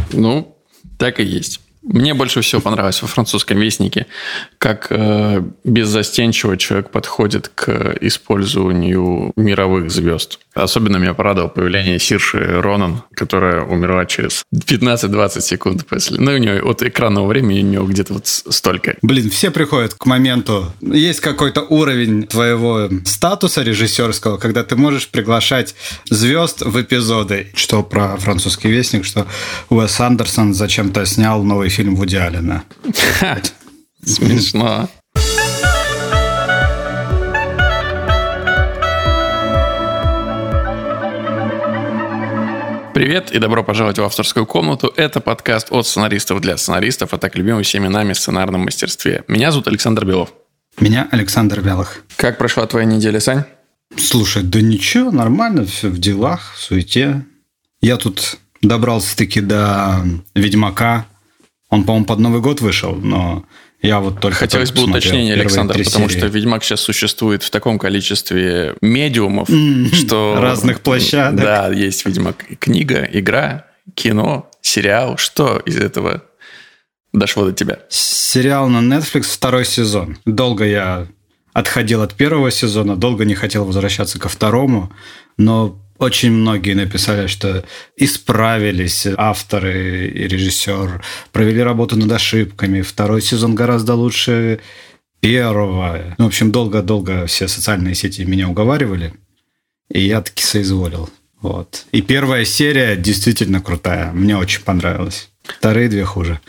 Ну, так и есть. Мне больше всего понравилось во «Французском вестнике», как беззастенчиво человек подходит к использованию мировых звезд. Особенно меня порадовало появление Сирши Ронан, которая умерла через 15-20 секунд после. Ну, у нее от экранного времени у нее где-то вот столько. Блин, все приходят к моменту. Есть какой-то уровень твоего статуса режиссерского, когда ты можешь приглашать звезд в эпизоды. Что про «Французский вестник», что Уэс Андерсон зачем-то снял новый фильм Вуди Аллена. Смешно. Привет и добро пожаловать в авторскую комнату. Это подкаст от сценаристов для сценаристов, а так любимый всеми нами сценарном мастерстве. Меня зовут Александр Белов. Меня Александр Вялых. Как прошла твоя неделя, Сань? Слушай, да ничего, нормально, все в делах, в суете. Я тут добрался-таки до «Ведьмака». Он, по-моему, под Новый год вышел, но я вот только Хотелось бы уточнения, Александр, потому что «Ведьмак» сейчас существует в таком количестве медиумов, что... Разных площадок. Да, есть «Ведьмак» книга, игра, кино, сериал. Что из этого дошло до тебя? Сериал на Netflix, 2 сезон. Долго я отходил от 1 сезона, долго не хотел возвращаться ко 2, но... Очень многие написали, что исправились авторы и режиссер, провели работу над ошибками. 2 сезон гораздо лучше 1. В общем, долго-долго все социальные сети меня уговаривали, и я таки соизволил. Вот. И 1 серия действительно крутая. Мне очень понравилась. 2 хуже.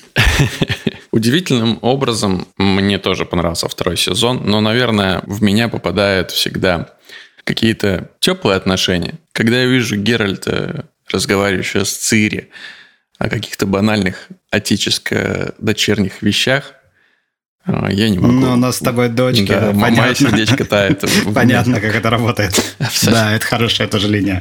Удивительным образом мне тоже понравился 2 сезон, но, наверное, в меня попадают всегда... какие-то теплые отношения. Когда я вижу Геральта, разговаривающего с Цири о каких-то банальных отеческо-дочерних вещах, я не могу. Ну, у нас с тобой дочка. Да, мое сердечко тает. Понятно, как это работает. Да, это хорошая тоже линия.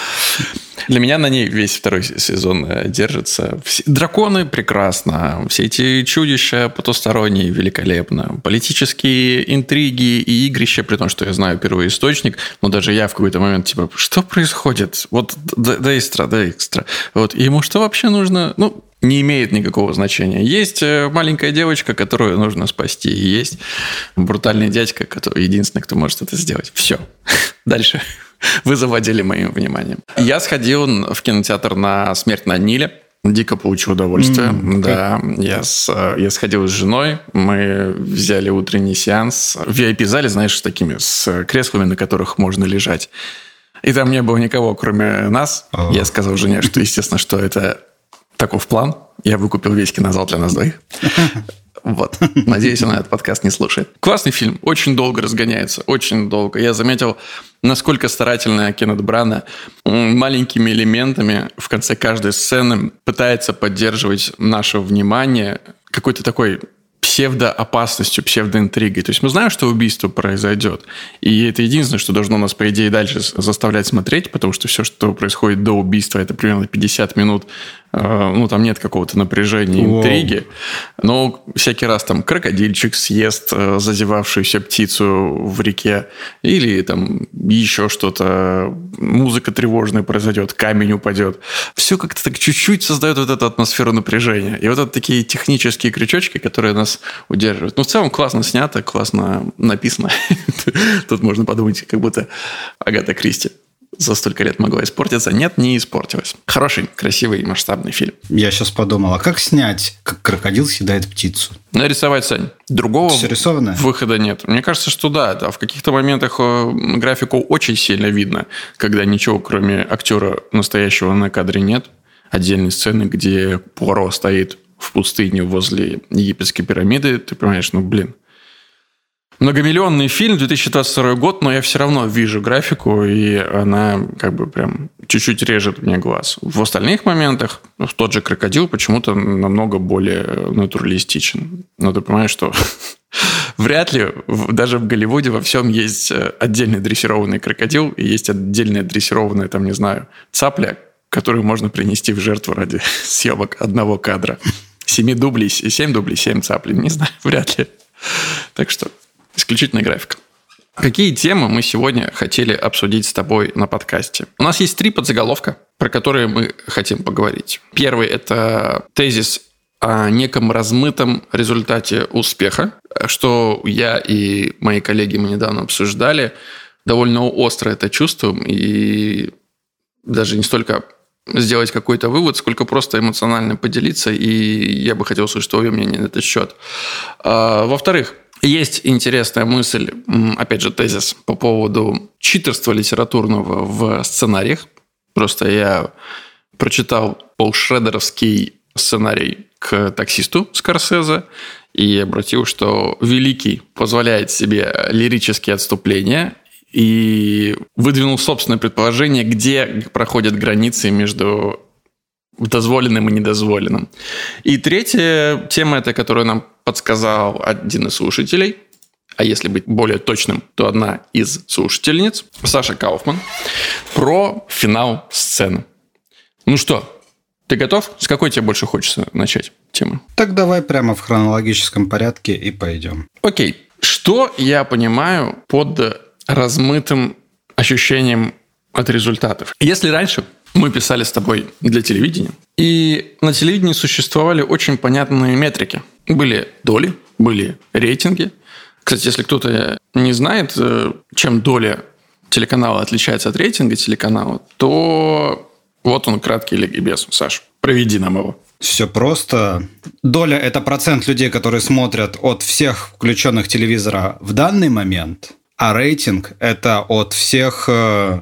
Для меня на ней весь 2 сезон держится. Драконы прекрасно, все эти чудища потусторонние великолепно, политические интриги и игрища, при том, что я знаю первоисточник, но даже я в какой-то момент типа, что происходит? Вот да экстра. Вот, и ему что вообще нужно? Ну, не имеет никакого значения. Есть маленькая девочка, которую нужно спасти, и есть брутальный дядька, который единственный, кто может это сделать. Все. Дальше. Вы завладели моим вниманием. Я сходил в кинотеатр на «Смерть на Ниле». Дико получил удовольствие. Да, я сходил с женой. Мы взяли утренний сеанс в VIP-зале, знаешь, с такими, с креслами, на которых можно лежать. И там не было никого, кроме нас. Я сказал жене, что, естественно, что это таков план. Я выкупил весь кинозал для нас двоих. Вот. Надеюсь, она этот подкаст не слушает. Классный фильм. Очень долго разгоняется. Очень долго. Я заметил, насколько старательно Кеннет Брана маленькими элементами в конце каждой сцены пытается поддерживать наше внимание какой-то такой псевдоопасностью, псевдоинтригой. То есть мы знаем, что убийство произойдет. И это единственное, что должно нас, по идее, дальше заставлять смотреть, потому что все, что происходит до убийства, это примерно 50 минут. Ну, там нет какого-то напряжения, интриги. Но всякий раз там крокодильчик съест зазевавшуюся птицу в реке. Или там еще что-то. Музыка тревожная произойдет, камень упадет. Все как-то так чуть-чуть создает вот эту атмосферу напряжения. И вот это такие технические крючочки, которые нас удерживают. Но в целом классно снято, классно написано. Тут можно подумать, как будто Агата Кристи за столько лет могла испортиться. Нет, не испортилась. Хороший, красивый, масштабный фильм. Я сейчас подумал, а как снять, как крокодил съедает птицу? Нарисовать, Сань. Другого выхода нет. Мне кажется, что да. В каких-то моментах графику очень сильно видно, когда ничего, кроме актера настоящего, на кадре нет. Отдельные сцены, где Пуаро стоит в пустыне возле египетской пирамиды. Ты понимаешь, многомиллионный фильм, 2022 год, но я все равно вижу графику, и она как бы прям чуть-чуть режет мне глаз. В остальных моментах тот же крокодил почему-то намного более натуралистичен. Но ты понимаешь, что вряд ли даже в Голливуде во всем есть отдельный дрессированный крокодил и есть отдельная дрессированная, там, не знаю, цапля, которую можно принести в жертву ради съемок одного кадра. 7 дублей, 7 цаплей, не знаю, вряд ли. Так что... исключительная графика. Какие темы мы сегодня хотели обсудить с тобой на подкасте? У нас есть 3 подзаголовка. про которые мы хотим поговорить. Первый – это тезис о неком размытом результате успеха, что я и мои коллеги мы недавно обсуждали. Довольно остро это чувствуем, и даже не столько сделать какой-то вывод, сколько просто эмоционально поделиться, и я бы хотел услышать твое мнение на этот счет. Во-вторых, есть интересная мысль, опять же, тезис по поводу читерства литературного в сценариях. Просто я прочитал полшредеровский сценарий к «Таксисту» Скорсезе и обратил, что великий позволяет себе лирические отступления, и выдвинул собственное предположение, где проходят границы между дозволенным и недозволенным. И третья тема, это которую нам подсказал один из слушателей, а если быть более точным, то одна из слушательниц, Саша Кауфман, про финал сцены. Ну что, ты готов? С какой тебе больше хочется начать темы? Так давай прямо в хронологическом порядке и пойдем. Окей. Что я понимаю под размытым ощущением от результатов? Если раньше мы писали с тобой для телевидения, и на телевидении существовали очень понятные метрики. Были доли, были рейтинги. Кстати, если кто-то не знает, чем доля телеканала отличается от рейтинга телеканала, то вот он, краткий ликбез. Саш, проведи нам его. Все просто. Доля – это процент людей, которые смотрят от всех включенных телевизора в данный момент, а рейтинг – это от всех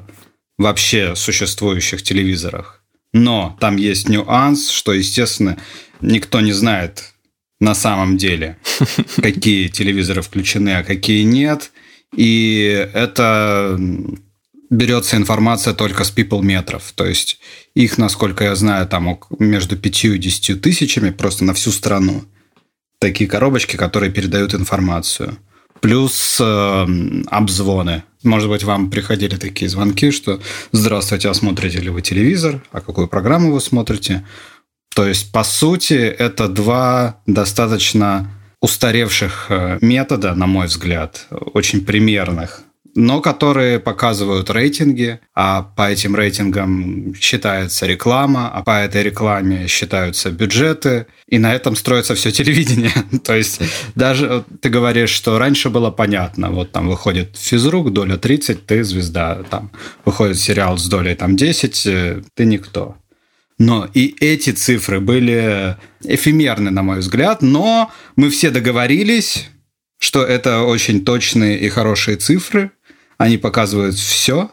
вообще существующих телевизоров. Но там есть нюанс, что, естественно, никто не знает на самом деле, какие телевизоры включены, а какие нет. И это берется информация только с people-метров. То есть их, насколько я знаю, там между 5 и 10 тысячами просто на всю страну. Такие коробочки, которые передают информацию. Плюс обзвоны. Может быть, вам приходили такие звонки, что «Здравствуйте, а смотрите ли вы телевизор? А какую программу вы смотрите?» То есть, по сути, это два достаточно устаревших метода, на мой взгляд, очень примерных, но которые показывают рейтинги, а по этим рейтингам считается реклама, а по этой рекламе считаются бюджеты, и на этом строится все телевидение. То есть даже ты говоришь, что раньше было понятно, вот там выходит физрук, доля 30, ты звезда, там выходит сериал с долей там 10, ты никто. Но и эти цифры были эфемерны, на мой взгляд, но мы все договорились, что это очень точные и хорошие цифры, они показывают все,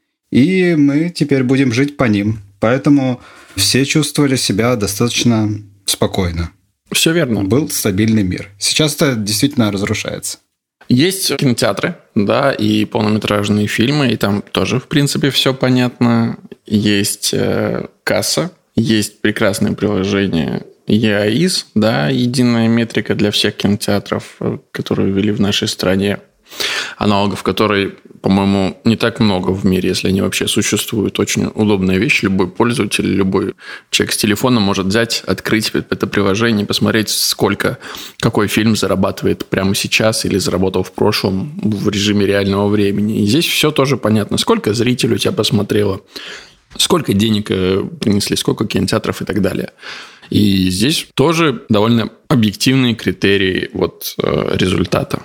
и мы теперь будем жить по ним. Поэтому все чувствовали себя достаточно спокойно. Все верно. Был стабильный мир. Сейчас это действительно разрушается. Есть кинотеатры, да, и полнометражные фильмы, и там тоже, в принципе, все понятно. Есть касса, есть прекрасное приложение EAIS, да, единая метрика для всех кинотеатров, которые ввели в нашей стране. Аналогов, которые, по-моему, не так много в мире, если они вообще существуют. Очень удобная вещь. Любой пользователь, любой человек с телефона может взять, открыть это приложение, посмотреть, какой фильм зарабатывает прямо сейчас или заработал в прошлом в режиме реального времени. И здесь все тоже понятно. Сколько зрителей у тебя посмотрело, сколько денег принесли, сколько кинотеатров и так далее. И здесь тоже довольно объективные критерии результата.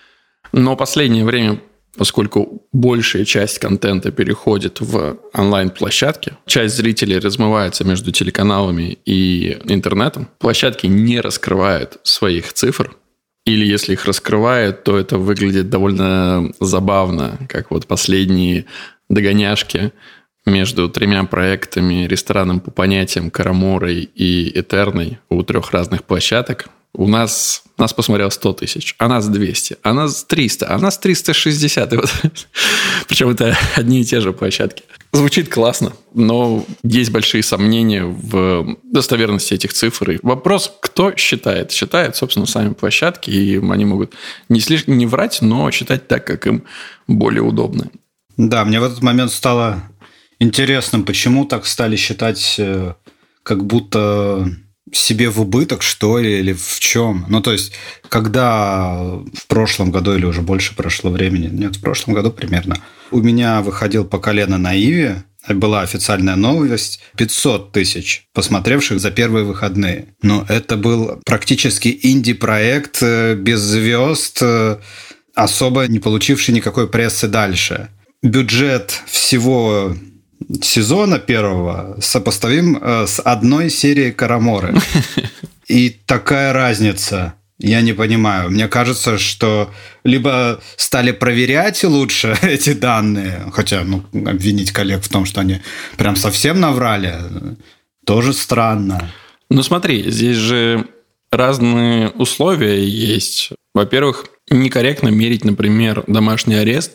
Но последнее время, поскольку большая часть контента переходит в онлайн-площадки, часть зрителей размывается между телеканалами и интернетом, площадки не раскрывают своих цифр, или если их раскрывают, то это выглядит довольно забавно, как последние догоняшки между 3 проектами, рестораном по понятиям, Караморой и Этерной у 3 разных площадок. У нас посмотрел 100 тысяч, а нас 200, а нас 300, а нас 360. Причем это одни и те же площадки. Звучит классно, но есть большие сомнения в достоверности этих цифр. И вопрос, кто считает? Считают, собственно, сами площадки, и они могут не врать, но считать так, как им более удобно. Да, мне в этот момент стало интересным, почему так стали считать, как будто себе в убыток, что ли, или в чем? Ну, то есть, когда в прошлом году, или уже больше прошло времени, нет, в прошлом году примерно, у меня выходил «По колено на Иве», была официальная новость, 500 тысяч посмотревших за первые выходные. Но это был практически инди-проект, без звезд, особо не получивший никакой прессы дальше. Бюджет всего сезона первого сопоставим с одной серией «Караморы». И такая разница, я не понимаю. Мне кажется, что либо стали проверять лучше эти данные, хотя обвинить коллег в том, что они прям совсем наврали, тоже странно. Ну смотри, здесь же разные условия есть. Во-первых, некорректно мерить, например, домашний арест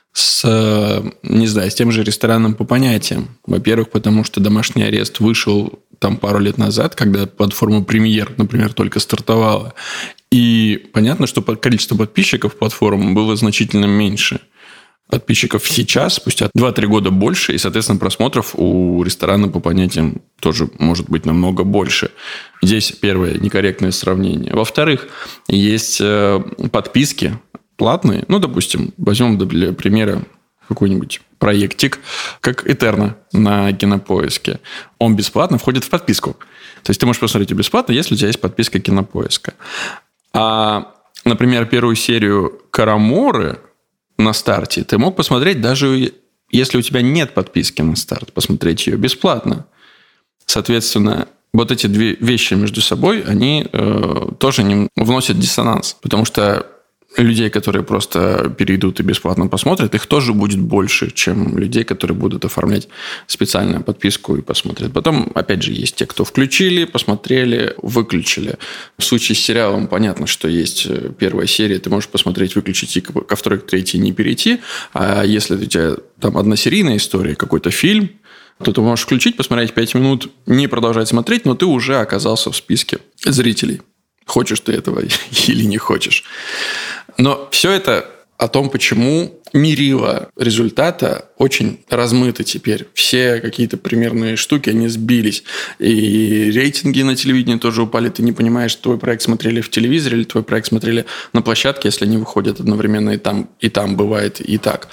с тем же рестораном по понятиям. Во-первых, потому что домашний арест вышел там пару лет назад, когда платформа «Премьер», например, только стартовала. И понятно, что количество подписчиков платформы было значительно меньше. Подписчиков сейчас, спустя 2-3 года больше, и, соответственно, просмотров у ресторана по понятиям тоже может быть намного больше. Здесь первое некорректное сравнение. Во-вторых, есть подписки платные. Ну, допустим, возьмем для примера какой-нибудь проектик, как «Этерна» на Кинопоиске. Он бесплатно входит в подписку. То есть ты можешь посмотреть его бесплатно, если у тебя есть подписка Кинопоиска. А, например, первую серию «Караморы» на старте ты мог посмотреть, даже если у тебя нет подписки на старт, посмотреть ее бесплатно. Соответственно, вот эти две вещи между собой, они тоже не вносят диссонанс, потому что людей, которые просто перейдут и бесплатно посмотрят, их тоже будет больше, чем людей, которые будут оформлять специальную подписку и посмотрят. Потом, опять же, есть те, кто включили, посмотрели, выключили. В случае с сериалом понятно, что есть первая серия, ты можешь посмотреть, выключить и ко второй, к третьей не перейти. А если у тебя там односерийная история, какой-то фильм, то ты можешь включить, посмотреть 5 минут, не продолжать смотреть, но ты уже оказался в списке зрителей. Хочешь ты этого или не хочешь. Но все это о том, почему мерила результата очень размыты теперь. Все какие-то примерные штуки, они сбились. И рейтинги на телевидении тоже упали. Ты не понимаешь, твой проект смотрели в телевизоре или твой проект смотрели на площадке, если они выходят одновременно и там бывает и так.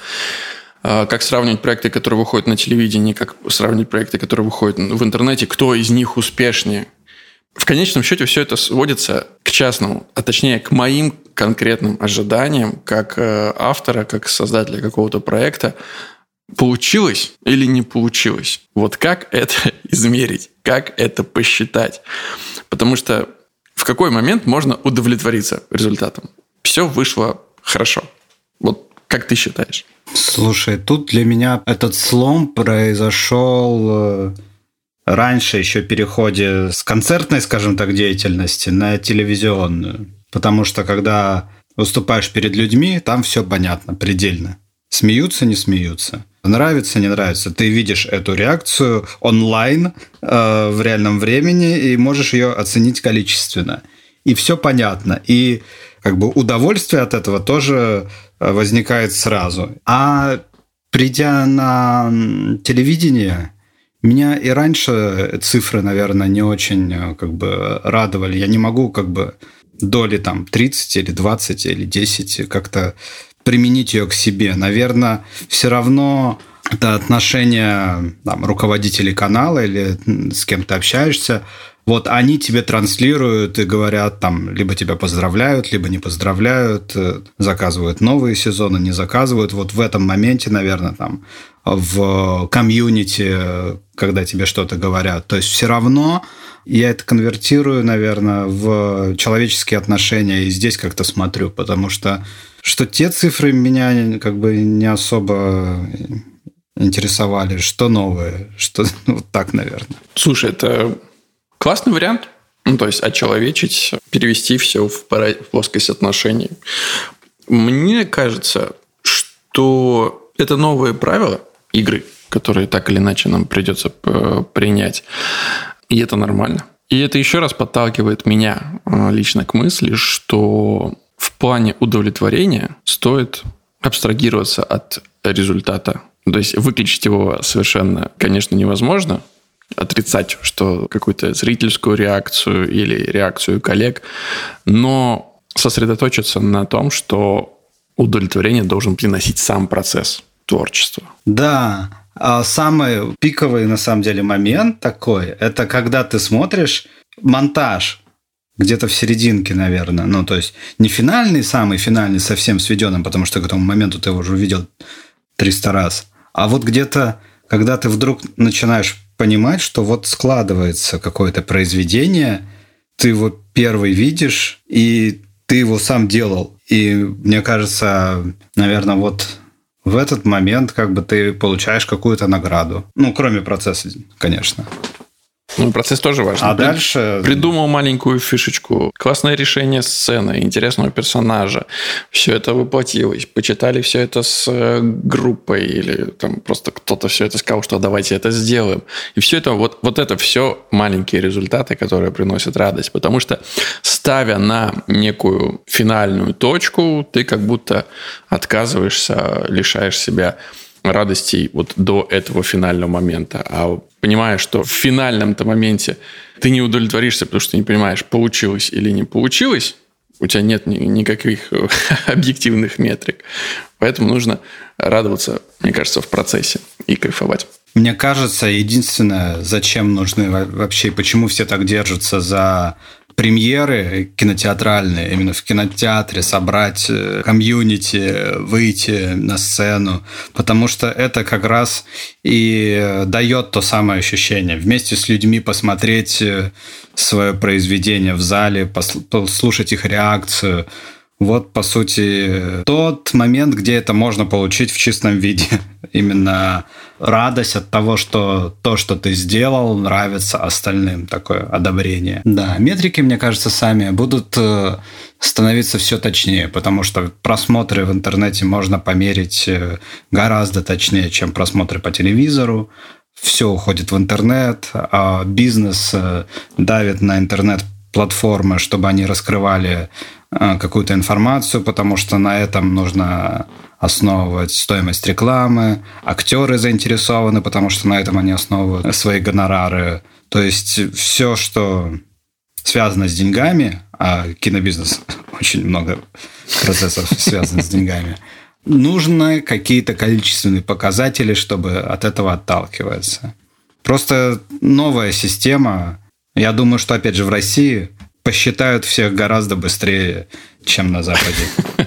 Как сравнивать проекты, которые выходят на телевидении, как сравнивать проекты, которые выходят в интернете, кто из них успешнее. В конечном счете все это сводится к частному, а точнее к моим конкретным ожиданиям как автора, как создателя какого-то проекта. Получилось или не получилось? Вот как это измерить? Как это посчитать? Потому что в какой момент можно удовлетвориться результатом? Все вышло хорошо. Вот как ты считаешь? Слушай, тут для меня этот слом произошел раньше, еще переходе с концертной, скажем так, деятельности на телевизионную. Потому что когда выступаешь перед людьми, там все понятно, предельно. Смеются, не смеются. Нравится, не нравится. Ты видишь эту реакцию онлайн в реальном времени и можешь ее оценить количественно. И все понятно. И как бы удовольствие от этого тоже возникает сразу. А придя на телевидение, меня и раньше цифры, наверное, не очень как бы радовали. Я не могу как бы доли там 30 или 20 или 10 как-то применить ее к себе. Наверное, все равно это отношение там, руководителей канала или с кем ты общаешься, вот они тебе транслируют и говорят, там, либо тебя поздравляют, либо не поздравляют, заказывают новые сезоны, не заказывают. Вот в этом моменте, наверное, там, в комьюнити, когда тебе что-то говорят. То есть все равно я это конвертирую, наверное, в человеческие отношения и здесь как-то смотрю, потому что те цифры меня как бы не особо интересовали, что новое, что вот так, наверное. Слушай, это классный вариант. Ну, то есть, очеловечить, перевести все в плоскость отношений. Мне кажется, что это новые правила игры, которые так или иначе нам придется принять. И это нормально. И это еще раз подталкивает меня лично к мысли, что в плане удовлетворения стоит абстрагироваться от результата. То есть, выключить его совершенно, конечно, невозможно. отрицать, что какую-то зрительскую реакцию или реакцию коллег, но сосредоточиться на том, что удовлетворение должен приносить сам процесс творчества. Да, а самый пиковый, на самом деле, момент такой, это когда ты смотришь монтаж, где-то в серединке, наверное. Ну, то есть не финальный, самый финальный, совсем сведенным, потому что к этому моменту ты его уже увидел 300 раз. А вот где-то, когда ты вдруг начинаешь понимать, что вот складывается какое-то произведение, ты его первый видишь, и ты его сам делал. И мне кажется, наверное, вот в этот момент как бы ты получаешь какую-то награду. Ну, кроме процесса, конечно. Ну, процесс тоже важен. А дальше... Придумал маленькую фишечку. Классное решение сцены, интересного персонажа. Все это воплотилось. Почитали все это с группой. Или там просто кто-то все это сказал, что давайте это сделаем. И все это, вот это все маленькие результаты, которые приносят радость. Потому что, ставя на некую финальную точку, ты как будто отказываешься, лишаешь себя радостей вот до этого финального момента. А понимаешь, что в финальном-то моменте ты не удовлетворишься, потому что не понимаешь, получилось или не получилось, у тебя нет никаких объективных метрик. Поэтому нужно радоваться, мне кажется, в процессе и кайфовать. Мне кажется, единственное, зачем нужны вообще, почему все так держатся за премьеры кинотеатральные, именно в кинотеатре собрать комьюнити, выйти на сцену, потому что это как раз и дает то самое ощущение. Вместе с людьми посмотреть свое произведение в зале, послушать их реакцию. Вот, по сути, тот момент, где это можно получить в чистом виде. Именно радость от того, что то, что ты сделал, нравится остальным. Такое одобрение. Да, метрики, мне кажется, сами будут становиться все точнее, потому что просмотры в интернете можно померить гораздо точнее, чем просмотры по телевизору. Все уходит в интернет, а бизнес давит на интернет-платформы, чтобы они раскрывали какую-то информацию, потому что на этом нужно основывать стоимость рекламы. Актеры заинтересованы, потому что на этом они основывают свои гонорары. То есть все, что связано с деньгами, а кинобизнес очень много процессов связано с деньгами, нужны какие-то количественные показатели, чтобы от этого отталкиваться. Просто новая система, я думаю, что, опять же, в России посчитают всех гораздо быстрее, чем на Западе.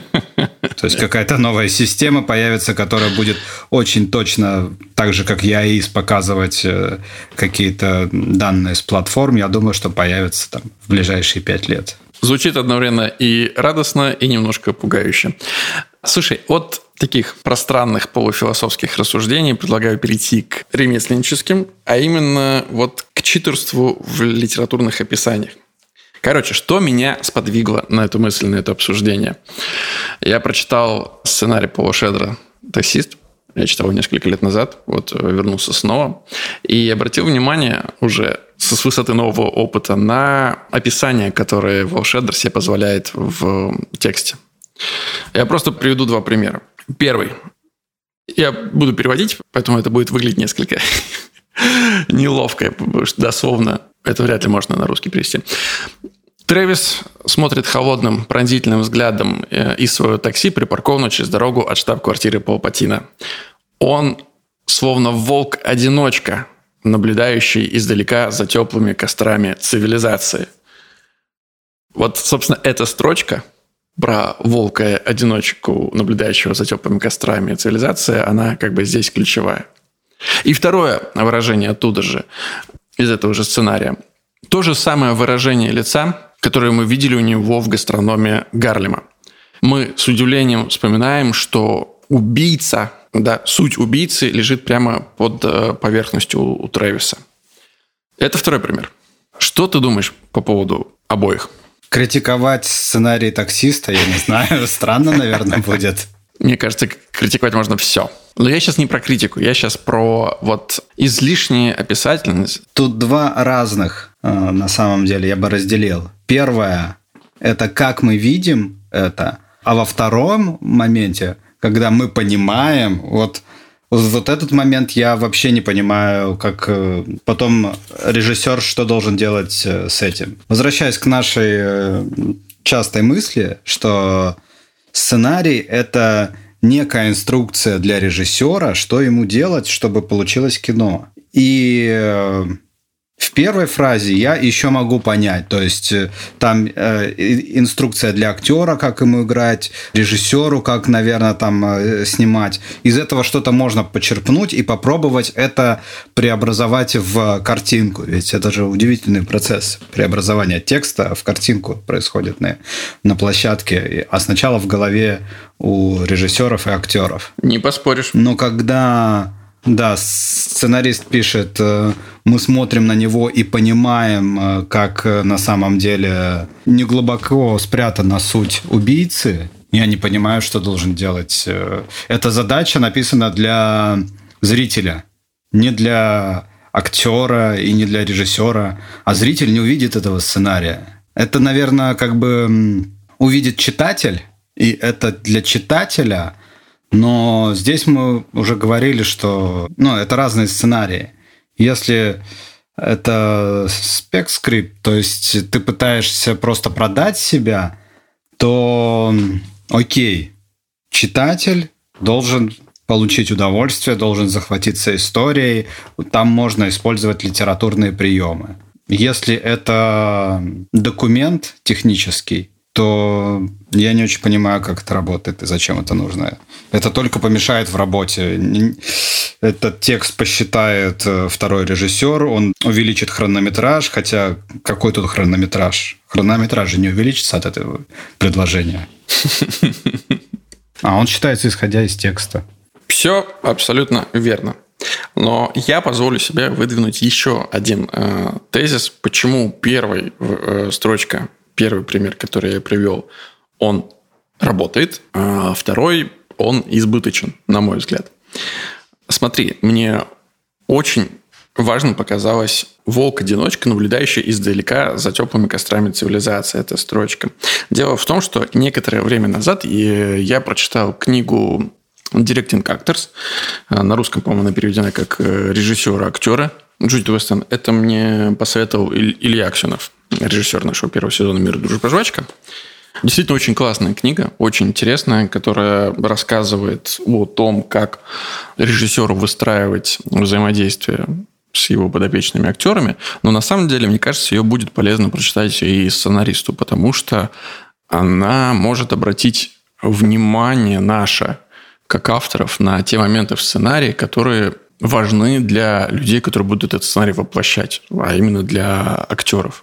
То есть какая-то новая система появится, которая будет очень точно, так же, как ЯИС, показывать какие-то данные с платформ. Я думаю, что появится там в ближайшие 5 лет. Звучит одновременно и радостно, и немножко пугающе. Слушай, от таких пространных полуфилософских рассуждений предлагаю перейти к ремесленническим, а именно вот к читерству в литературных описаниях. Короче, что меня сподвигло на эту мысль, на это обсуждение? Я прочитал сценарий Пола Шредера «Таксист». Я читал его несколько лет назад, вот вернулся снова. И обратил внимание уже с высоты нового опыта на описание, которое Пол Шредер себе позволяет в тексте. Я просто приведу 2 примера. Первый. Я буду переводить, поэтому это будет выглядеть несколько неловко, потому что дословно это вряд ли можно на русский перевести. Трэвис смотрит холодным, пронзительным взглядом из своего такси, припаркованного через дорогу от штаб-квартиры Палпатина. Он словно волк-одиночка, наблюдающий издалека за теплыми кострами цивилизации. Вот, собственно, эта строчка про волка-одиночку, наблюдающего за теплыми кострами цивилизации, она как бы здесь ключевая. И второе выражение оттуда же, из этого же сценария. То же самое выражение лица, которое мы видели у него в гастрономе Гарлема. Мы с удивлением вспоминаем, что убийца, да, суть убийцы лежит прямо под поверхностью у Трэвиса. Это второй пример. Что ты думаешь по поводу обоих? Критиковать сценарий «Таксиста», я не знаю, странно, наверное, будет. Мне кажется, критиковать можно все. Но я сейчас не про критику, я сейчас про вот излишнюю описательность. Тут 2 разных, на самом деле, я бы разделил. Первое – это как мы видим это, а во втором моменте, когда мы понимаем, вот Вот этот момент я вообще не понимаю, как потом режиссер что должен делать с этим. Возвращаясь к нашей частой мысли, что сценарий – это некая инструкция для режиссера, что ему делать, чтобы получилось кино. И в первой фразе я еще могу понять, то есть там инструкция для актера, как ему играть, режиссеру, как, наверное, там снимать. Из этого что-то можно почерпнуть и попробовать это преобразовать в картинку. Ведь это же удивительный процесс преобразования текста в картинку происходит на площадке, а сначала в голове у режиссеров и актеров. Не поспоришь. Но когда... Да, сценарист пишет, мы смотрим на него и понимаем, как на самом деле неглубоко спрятана суть убийцы. Я не понимаю, что должен делать. Эта задача написана для зрителя, не для актера и не для режиссера, а зритель не увидит этого сценария. Это, наверное, как бы увидит читатель, и это для читателя... Но здесь мы уже говорили, что это разные сценарии. Если это спек-скрипт, то есть ты пытаешься просто продать себя, то окей, читатель должен получить удовольствие, должен захватиться историей, там можно использовать литературные приемы. Если это документ технический, то я не очень понимаю, как это работает и зачем это нужно. Это только помешает в работе. Этот текст посчитает второй режиссер, он увеличит хронометраж, хотя какой тут хронометраж? Хронометраж же не увеличится от этого предложения. А он считается, исходя из текста. Все абсолютно верно. Но я позволю себе выдвинуть еще один тезис, почему первая строчка, первый пример, который я привел, он работает, а второй, он избыточен, на мой взгляд. Смотри, мне очень важно показалась волк-одиночка, наблюдающий издалека за теплыми кострами цивилизации. Эта строчка. Дело в том, что некоторое время назад я прочитал книгу «Directing Actors». На русском, по-моему, она переведена как «Режиссеры актеры». Джуди Вестон. Это мне посоветовал Илья Аксенов, режиссер нашего первого сезона «Мир, дружба, жвачка». Действительно очень классная книга, очень интересная, которая рассказывает о том, как режиссеру выстраивать взаимодействие с его подопечными актерами. Но на самом деле, мне кажется, ее будет полезно прочитать и сценаристу, потому что она может обратить внимание наше, как авторов, на те моменты в сценарии, которые важны для людей, которые будут этот сценарий воплощать, а именно для актеров.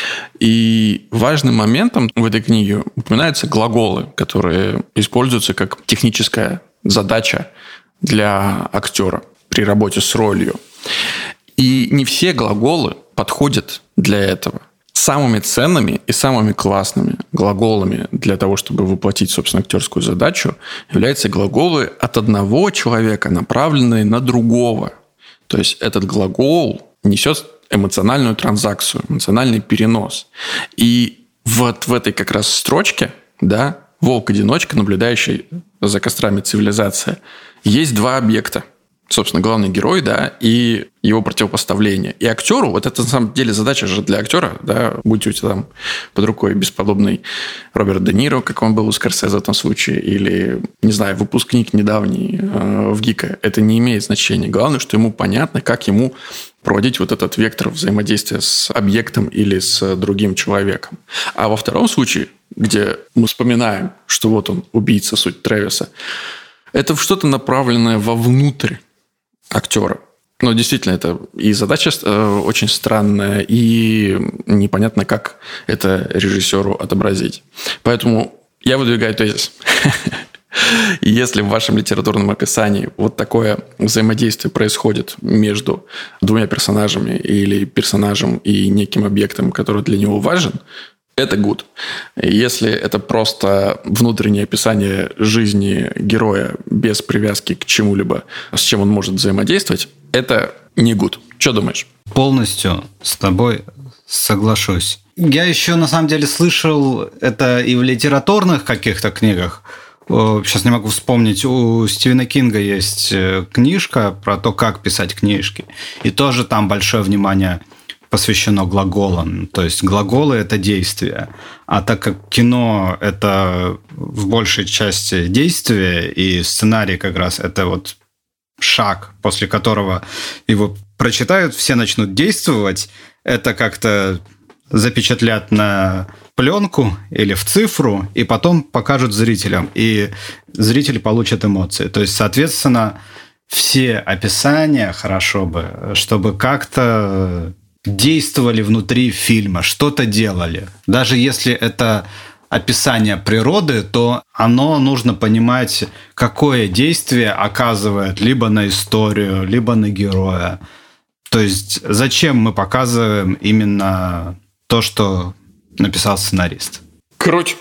И важным моментом в этой книге упоминаются глаголы, которые используются как техническая задача для актера при работе с ролью. И не все глаголы подходят для этого. Самыми ценными и самыми классными глаголами для того, чтобы воплотить, собственно, актерскую задачу, являются глаголы от одного человека, направленные на другого. То есть этот глагол несет эмоциональную транзакцию, эмоциональный перенос. И вот в этой как раз строчке, да, волк-одиночка, наблюдающий за кострами цивилизации, есть два объекта. Собственно, главный герой, да, и его противопоставление. И актеру, вот это на самом деле задача же для актера, да, будь у тебя там под рукой бесподобный Роберт Де Ниро, как он был у Скорсезе в этом случае, или, не знаю, выпускник недавний в ГИКа, это не имеет значения. Главное, что ему понятно, как ему проводить вот этот вектор взаимодействия с объектом или с другим человеком. А во втором случае, где мы вспоминаем, что вот он, убийца, суть Трэвиса, это что-то направленное вовнутрь актера. Но действительно, это и задача очень странная, и непонятно, как это режиссеру отобразить. Поэтому я выдвигаю тезис. Если в вашем литературном описании вот такое взаимодействие происходит между двумя персонажами или персонажем и неким объектом, который для него важен, это good. Если это просто внутреннее описание жизни героя без привязки к чему-либо, с чем он может взаимодействовать, это не good. Что думаешь? Полностью с тобой соглашусь. Я еще на самом деле слышал это и в литературных каких-то книгах сейчас не могу вспомнить, у Стивена Кинга есть книжка про то, как писать книжки. И тоже там большое внимание посвящено глаголам. То есть глаголы – это действия. А так как кино – это в большей части действие, и сценарий как раз – это вот шаг, после которого его прочитают, все начнут действовать, это как-то запечатлят на пленку или в цифру, и потом покажут зрителям, и зрители получат эмоции. То есть, соответственно, все описания хорошо бы, чтобы как-то действовали внутри фильма, что-то делали. Даже если это описание природы, то оно нужно понимать, какое действие оказывает либо на историю, либо на героя. То есть зачем мы показываем именно то, что написал сценарист? Круть.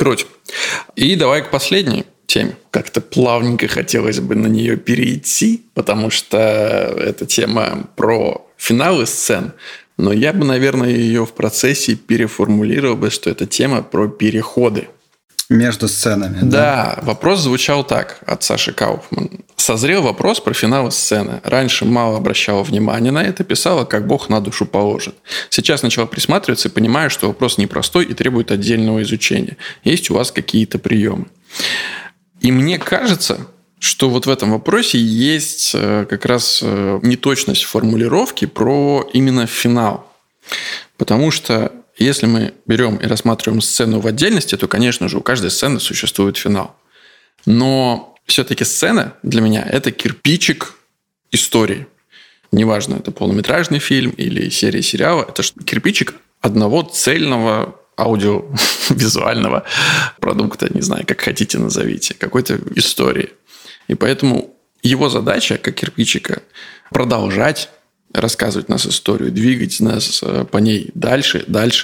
И давай к последней теме. Как-то плавненько хотелось бы на нее перейти, потому что эта тема про финалы сцен. Но я бы, наверное, ее в процессе переформулировал бы, что это тема про переходы. Между сценами. Да, вопрос звучал так от Саши Кауфман. Созрел вопрос про финалы сцены. Раньше мало обращала внимания на это, писала, как Бог на душу положит. Сейчас начала присматриваться и понимаю, что вопрос непростой и требует отдельного изучения. Есть у вас какие-то приемы? И мне кажется, что вот в этом вопросе есть как раз неточность формулировки про именно финал. Потому что если мы берем и рассматриваем сцену в отдельности, то, конечно же, у каждой сцены существует финал. Но все-таки сцена для меня – это кирпичик истории. Неважно, это полнометражный фильм или серия сериала. Это кирпичик одного цельного аудиовизуального продукта, не знаю, как хотите назовите, какой-то истории. И поэтому его задача, как кирпичика, продолжать рассказывать нас историю, двигать нас по ней дальше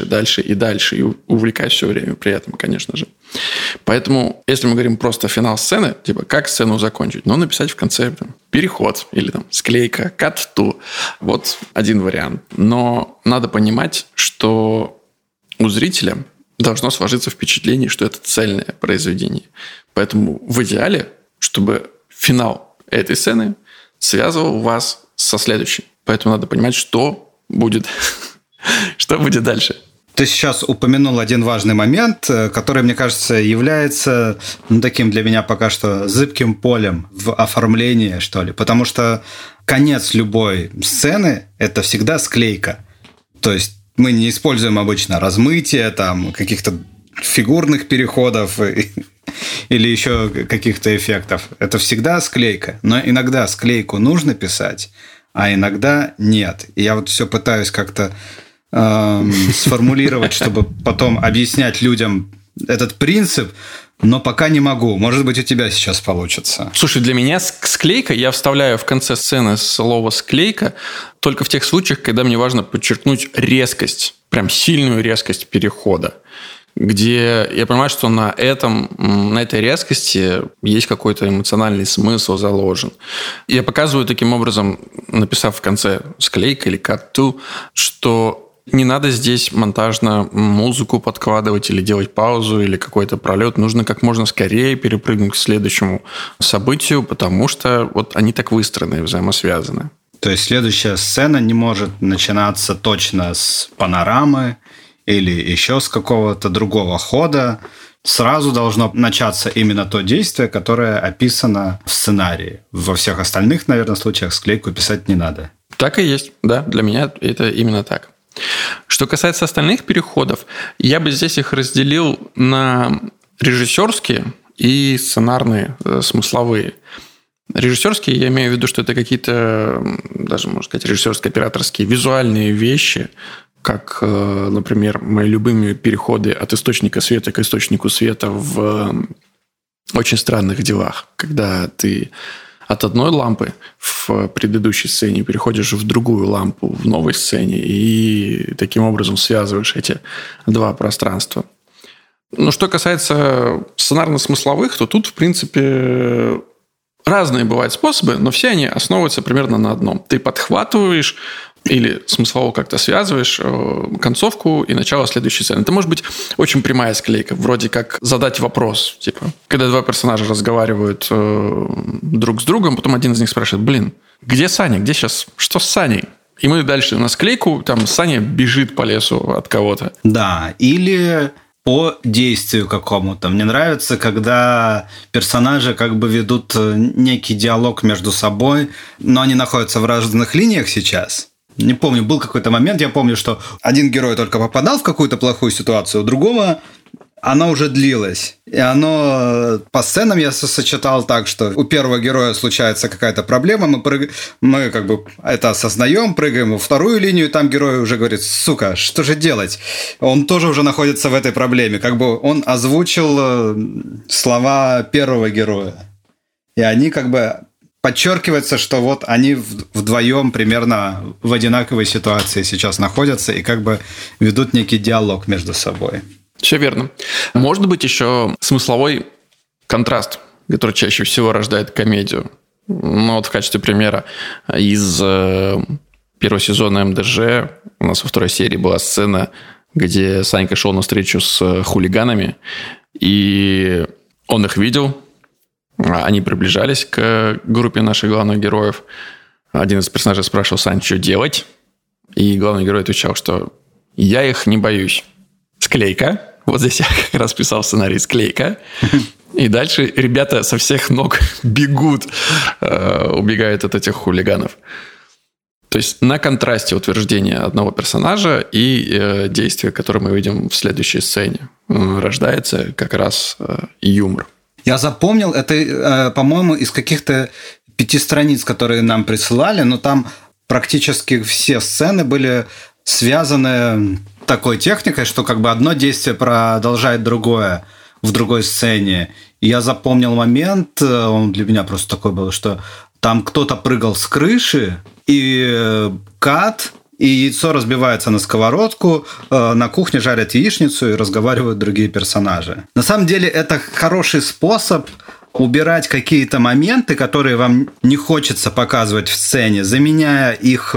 и увлекать все время при этом, конечно же. Поэтому, если мы говорим просто финал сцены, типа как сцену закончить, написать в конце переход или склейка, cut-to. Вот один вариант. Но надо понимать, что у зрителя должно сложиться впечатление, что это цельное произведение. Поэтому в идеале, чтобы финал этой сцены связывал вас со следующей. Поэтому надо понимать, что будет дальше. Ты сейчас упомянул один важный момент, который, мне кажется, является таким для меня пока что зыбким полем в оформлении, что ли. Потому что конец любой сцены – это всегда склейка. То есть мы не используем обычно размытие, каких-то фигурных переходов или еще каких-то эффектов. Это всегда склейка. Но иногда склейку нужно писать, а иногда нет. И я вот все пытаюсь как-то сформулировать, чтобы потом объяснять людям этот принцип, но пока не могу. Может быть, у тебя сейчас получится. Слушай, для меня склейка, я вставляю в конце сцены слово «склейка» только в тех случаях, когда мне важно подчеркнуть резкость, прям сильную резкость перехода, где я понимаю, что на этой резкости есть какой-то эмоциональный смысл заложен. Я показываю таким образом, написав в конце склейка или cut-to, что не надо здесь монтажно музыку подкладывать или делать паузу или какой-то пролет. Нужно как можно скорее перепрыгнуть к следующему событию, потому что вот они так выстроены и взаимосвязаны. То есть следующая сцена не может начинаться точно с панорамы или еще с какого-то другого хода. Сразу должно начаться именно то действие, которое описано в сценарии. Во всех остальных, наверное, случаях склейку писать не надо. Так и есть, да. Для меня это именно так. Что касается остальных переходов, я бы здесь их разделил на режиссерские и сценарные, смысловые. Режиссерские, я имею в виду, что это какие-то, даже, можно сказать, режиссерско-операторские визуальные вещи, как, например, мои любимые переходы от источника света к источнику света в «Очень странных делах», когда ты от одной лампы в предыдущей сцене переходишь в другую лампу в новой сцене и таким образом связываешь эти два пространства. Но что касается сценарно-смысловых, то тут, в принципе, разные бывают способы, но все они основываются примерно на одном. Ты подхватываешь или смыслово как-то связываешь концовку и начало следующей сцены. Это может быть очень прямая склейка, вроде как задать вопрос. Типа, когда два персонажа разговаривают друг с другом, потом один из них спрашивает: где Саня? Где сейчас? Что с Саней? И мы дальше на склейку, там Саня бежит по лесу от кого-то. Да, или по действию какому-то. Мне нравится, когда персонажи как бы ведут некий диалог между собой, но они находятся в разных линиях сейчас. Не помню, был какой-то момент, я помню, что один герой только попадал в какую-то плохую ситуацию, у другого она уже длилась. И оно по сценам я сочетал так, что у первого героя случается какая-то проблема, мы как бы это осознаем, прыгаем во вторую линию, и там герой уже говорит: сука, что же делать? Он тоже уже находится в этой проблеме. Как бы он озвучил слова первого героя. И они как бы подчеркивается, что вот они вдвоем примерно в одинаковой ситуации сейчас находятся и как бы ведут некий диалог между собой. Все верно. Может быть, еще смысловой контраст, который чаще всего рождает комедию. Ну, вот в качестве примера из первого сезона МДЖ у нас во второй серии была сцена, где Санька шел на встречу с хулиганами, и он их видел. Они приближались к группе наших главных героев. Один из персонажей спрашивал: Сань, что делать? И главный герой отвечал, что я их не боюсь. Склейка. Вот здесь я как раз писал сценарий «Склейка». И дальше ребята со всех ног бегут, убегают от этих хулиганов. То есть на контрасте утверждения одного персонажа и действия, которые мы видим в следующей сцене, рождается как раз юмор. Я запомнил, это, по-моему, из каких-то 5 страниц, которые нам присылали, но там практически все сцены были связаны такой техникой, что как бы одно действие продолжает другое в другой сцене. И я запомнил момент, он для меня просто такой был, что там кто-то прыгал с крыши, и кат, и яйцо разбивается на сковородку, на кухне жарят яичницу, и разговаривают другие персонажи. На самом деле это хороший способ убирать какие-то моменты, которые вам не хочется показывать в сцене, заменяя их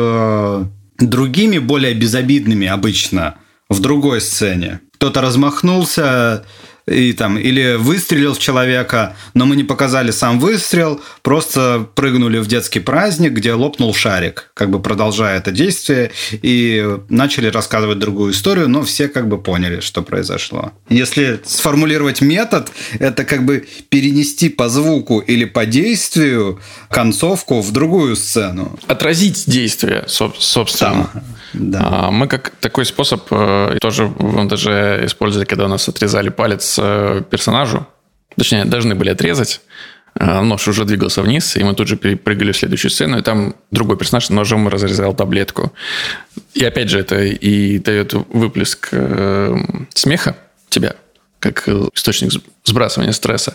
другими, более безобидными обычно в другой сцене. Кто-то размахнулся и там, или выстрелил в человека, но мы не показали сам выстрел, просто прыгнули в детский праздник, где лопнул шарик, как бы продолжая это действие, и начали рассказывать другую историю, но все как бы поняли, что произошло. Если сформулировать метод, это как бы перенести по звуку или по действию концовку в другую сцену. Отразить действие, собственно. Да. Мы как такой способ тоже в МДЖ использовали, когда у нас отрезали палец персонажу. Точнее, должны были отрезать. Нож уже двигался вниз, и мы тут же перепрыгали в следующую сцену, и там другой персонаж ножом разрезал таблетку. И опять же, это и дает выплеск смеха тебя, как источник сбрасывания стресса.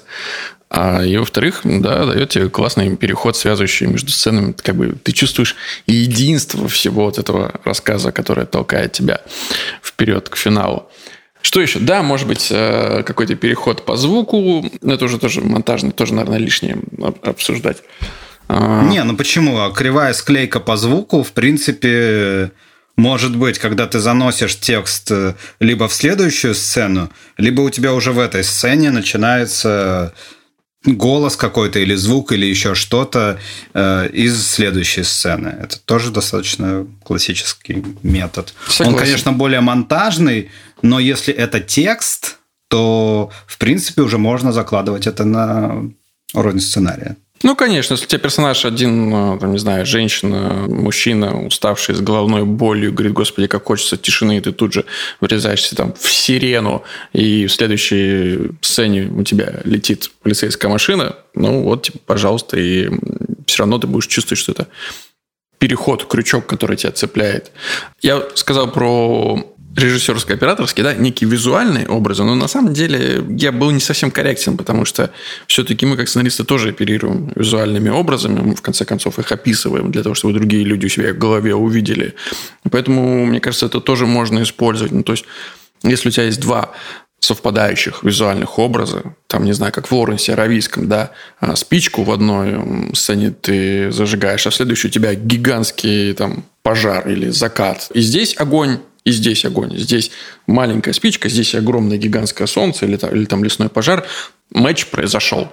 И, во-вторых, да, дает тебе классный переход, связывающий между сценами. Как бы ты чувствуешь единство всего вот этого рассказа, которое толкает тебя вперед к финалу. Что еще? Да, может быть, какой-то переход по звуку. Но это уже тоже монтажный, тоже, наверное, лишнее обсуждать. Не, ну почему? Кривая склейка по звуку, в принципе, может быть, когда ты заносишь текст либо в следующую сцену, либо у тебя уже в этой сцене начинается голос какой-то или звук, или еще что-то из следующей сцены. Это тоже достаточно классический метод. Согласен. Он, конечно, более монтажный, но если это текст, то, в принципе, уже можно закладывать это на уровень сценария. Ну, конечно, если у тебя персонаж один, там, не знаю, женщина, мужчина, уставший с головной болью, говорит: господи, как хочется тишины, и ты тут же врезаешься там в сирену, и в следующей сцене у тебя летит полицейская машина, ну вот, типа, пожалуйста, и все равно ты будешь чувствовать, что это переход, крючок, который тебя цепляет. Я сказал про режиссерско-операторские, да, некие визуальные образы, но на самом деле я был не совсем корректен, потому что все-таки мы, как сценаристы, тоже оперируем визуальными образами, мы, в конце концов, их описываем для того, чтобы другие люди у себя в голове увидели. Поэтому, мне кажется, это тоже можно использовать. Ну, то есть, если у тебя есть два совпадающих визуальных образа, там, не знаю, как в Лоуренсе Аравийском, да, спичку в одной сцене ты зажигаешь, а в следующей у тебя гигантский там пожар или закат. И здесь огонь, и здесь огонь. Здесь маленькая спичка, здесь огромное гигантское солнце или там лесной пожар. Матч произошел.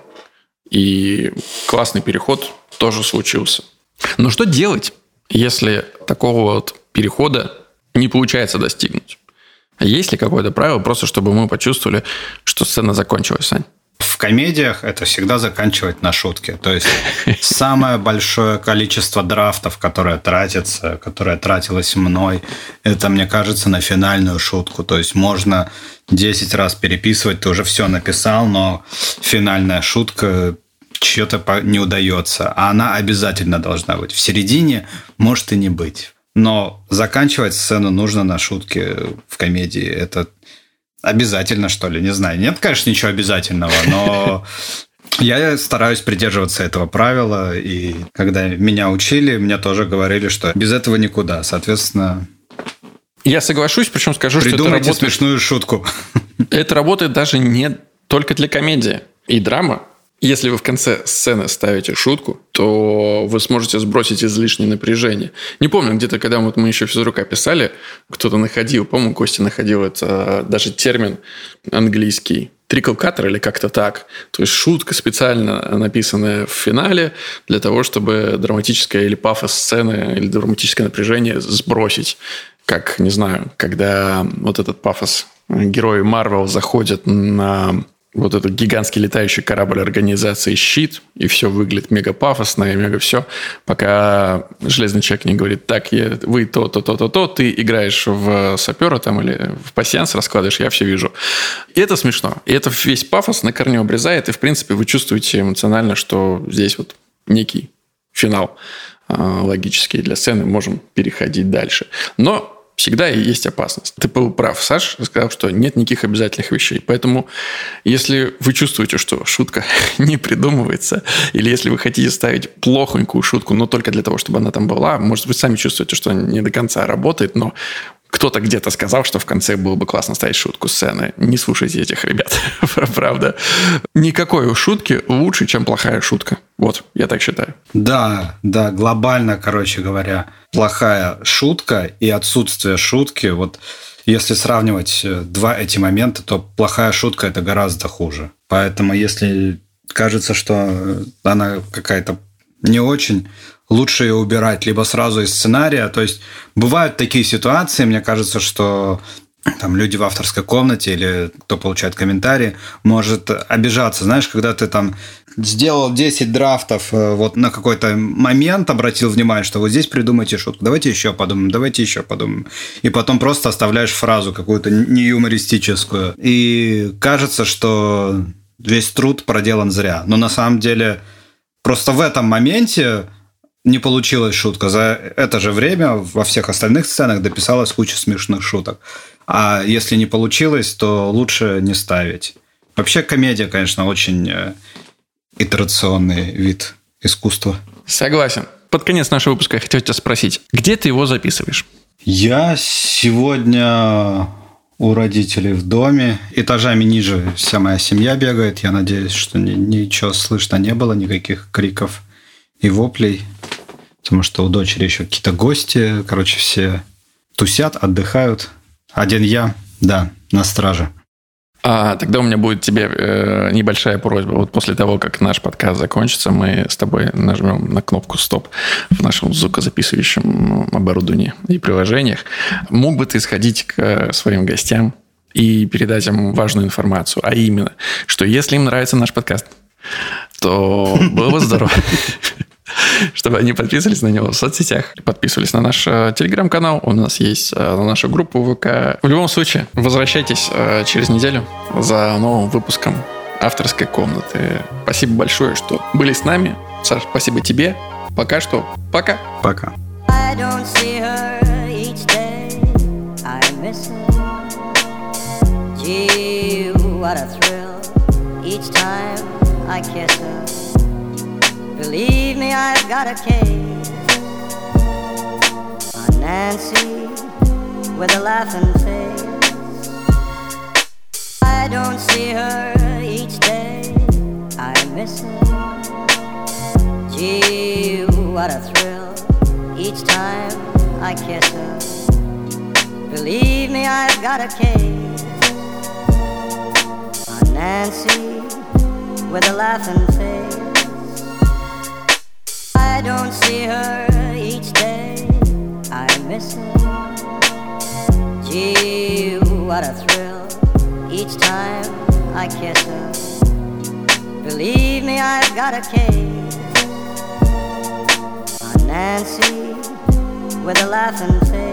И классный переход тоже случился. Но что делать, если такого вот перехода не получается достигнуть? Есть ли какое-то правило, просто чтобы мы почувствовали, что сцена закончилась, Сань? В комедиях это всегда заканчивать на шутке. То есть самое большое количество драфтов, которое тратится, которое тратилось мной, это, мне кажется, на финальную шутку. То есть можно 10 раз переписывать, ты уже все написал, но финальная шутка что-то не удается. А она обязательно должна быть. В середине может и не быть. Но заканчивать сцену нужно на шутке в комедии. Это обязательно, что ли? Не знаю. Нет, конечно, ничего обязательного, но я стараюсь придерживаться этого правила. И когда меня учили, мне тоже говорили, что без этого никуда. Соответственно, я соглашусь, причем скажу, что это работает... смешную шутку. Это работает даже не только для комедии и драмы. Если вы в конце сцены ставите шутку, то вы сможете сбросить излишнее напряжение. Не помню, где-то, когда мы еще физрука писали, кто-то находил, по-моему, Костя находил это даже термин английский, trickle cutter или как-то так. То есть шутка специально написанная в финале для того, чтобы драматическое или пафос сцены, или драматическое напряжение сбросить. Как, не знаю, когда вот этот пафос герои Марвел заходят на... вот этот гигантский летающий корабль организации «Щит», и все выглядит мега пафосно и мега все, пока Железный Человек не говорит: так, вы то, ты играешь в сапера там или в пасьянс раскладываешь, я все вижу. И это смешно. И это весь пафос на корню обрезает, и, в принципе, вы чувствуете эмоционально, что здесь вот некий финал логический для сцены, можем переходить дальше. Но всегда есть опасность. Ты был прав, Саш, сказал, что нет никаких обязательных вещей. Поэтому, если вы чувствуете, что шутка не придумывается, или если вы хотите ставить плохонькую шутку, но только для того, чтобы она там была, может, вы сами чувствуете, что она не до конца работает, но кто-то где-то сказал, что в конце было бы классно ставить шутку сцены. Не слушайте этих ребят. Правда. Никакой шутки лучше, чем плохая шутка. Вот, я так считаю. Да, глобально, короче говоря, плохая шутка и отсутствие шутки, вот если сравнивать два эти момента, то плохая шутка – это гораздо хуже. Поэтому если кажется, что она какая-то не очень, лучше ее убирать либо сразу из сценария. То есть бывают такие ситуации, мне кажется, что там люди в авторской комнате или кто получает комментарии, может обижаться. Знаешь, когда ты там сделал 10 драфтов, вот на какой-то момент обратил внимание, что вот здесь придумайте шутку, давайте еще подумаем. И потом просто оставляешь фразу какую-то неюмористическую. И кажется, что весь труд проделан зря. Но на самом деле просто в этом моменте не получилась шутка. За это же время во всех остальных сценах дописалась куча смешных шуток. А если не получилось, то лучше не ставить. Вообще комедия, конечно, очень итерационный вид искусства. Согласен. Под конец нашего выпуска я хотел тебя спросить, где ты его записываешь? Я сегодня у родителей в доме. Этажами ниже вся моя семья бегает. Я надеюсь, что ничего слышно не было, никаких криков и воплей. Потому что у дочери еще какие-то гости. Короче, все тусят, отдыхают. Один я, да, на страже. Тогда у меня будет тебе небольшая просьба. Вот после того, как наш подкаст закончится, мы с тобой нажмем на кнопку «Стоп» в нашем звукозаписывающем оборудовании и приложениях. Мог бы ты сходить к своим гостям и передать им важную информацию, а именно, что если им нравится наш подкаст, то было бы здорово, чтобы они подписывались на него в соцсетях, подписывались на наш телеграм-канал, у нас есть на нашу группу ВК. В любом случае, возвращайтесь через неделю за новым выпуском авторской комнаты. Спасибо большое, что были с нами. Саш, спасибо тебе. Пока что. Пока. Пока. Believe me, I've got a case on Nancy with a laughing face. I don't see her each day, I miss her. Gee, what a thrill each time I kiss her. Believe me, I've got a case on Nancy with a laughing face. I don't see her each day, I miss her. Gee, what a thrill each time I kiss her. Believe me, I've got a case on Nancy with a laughing face.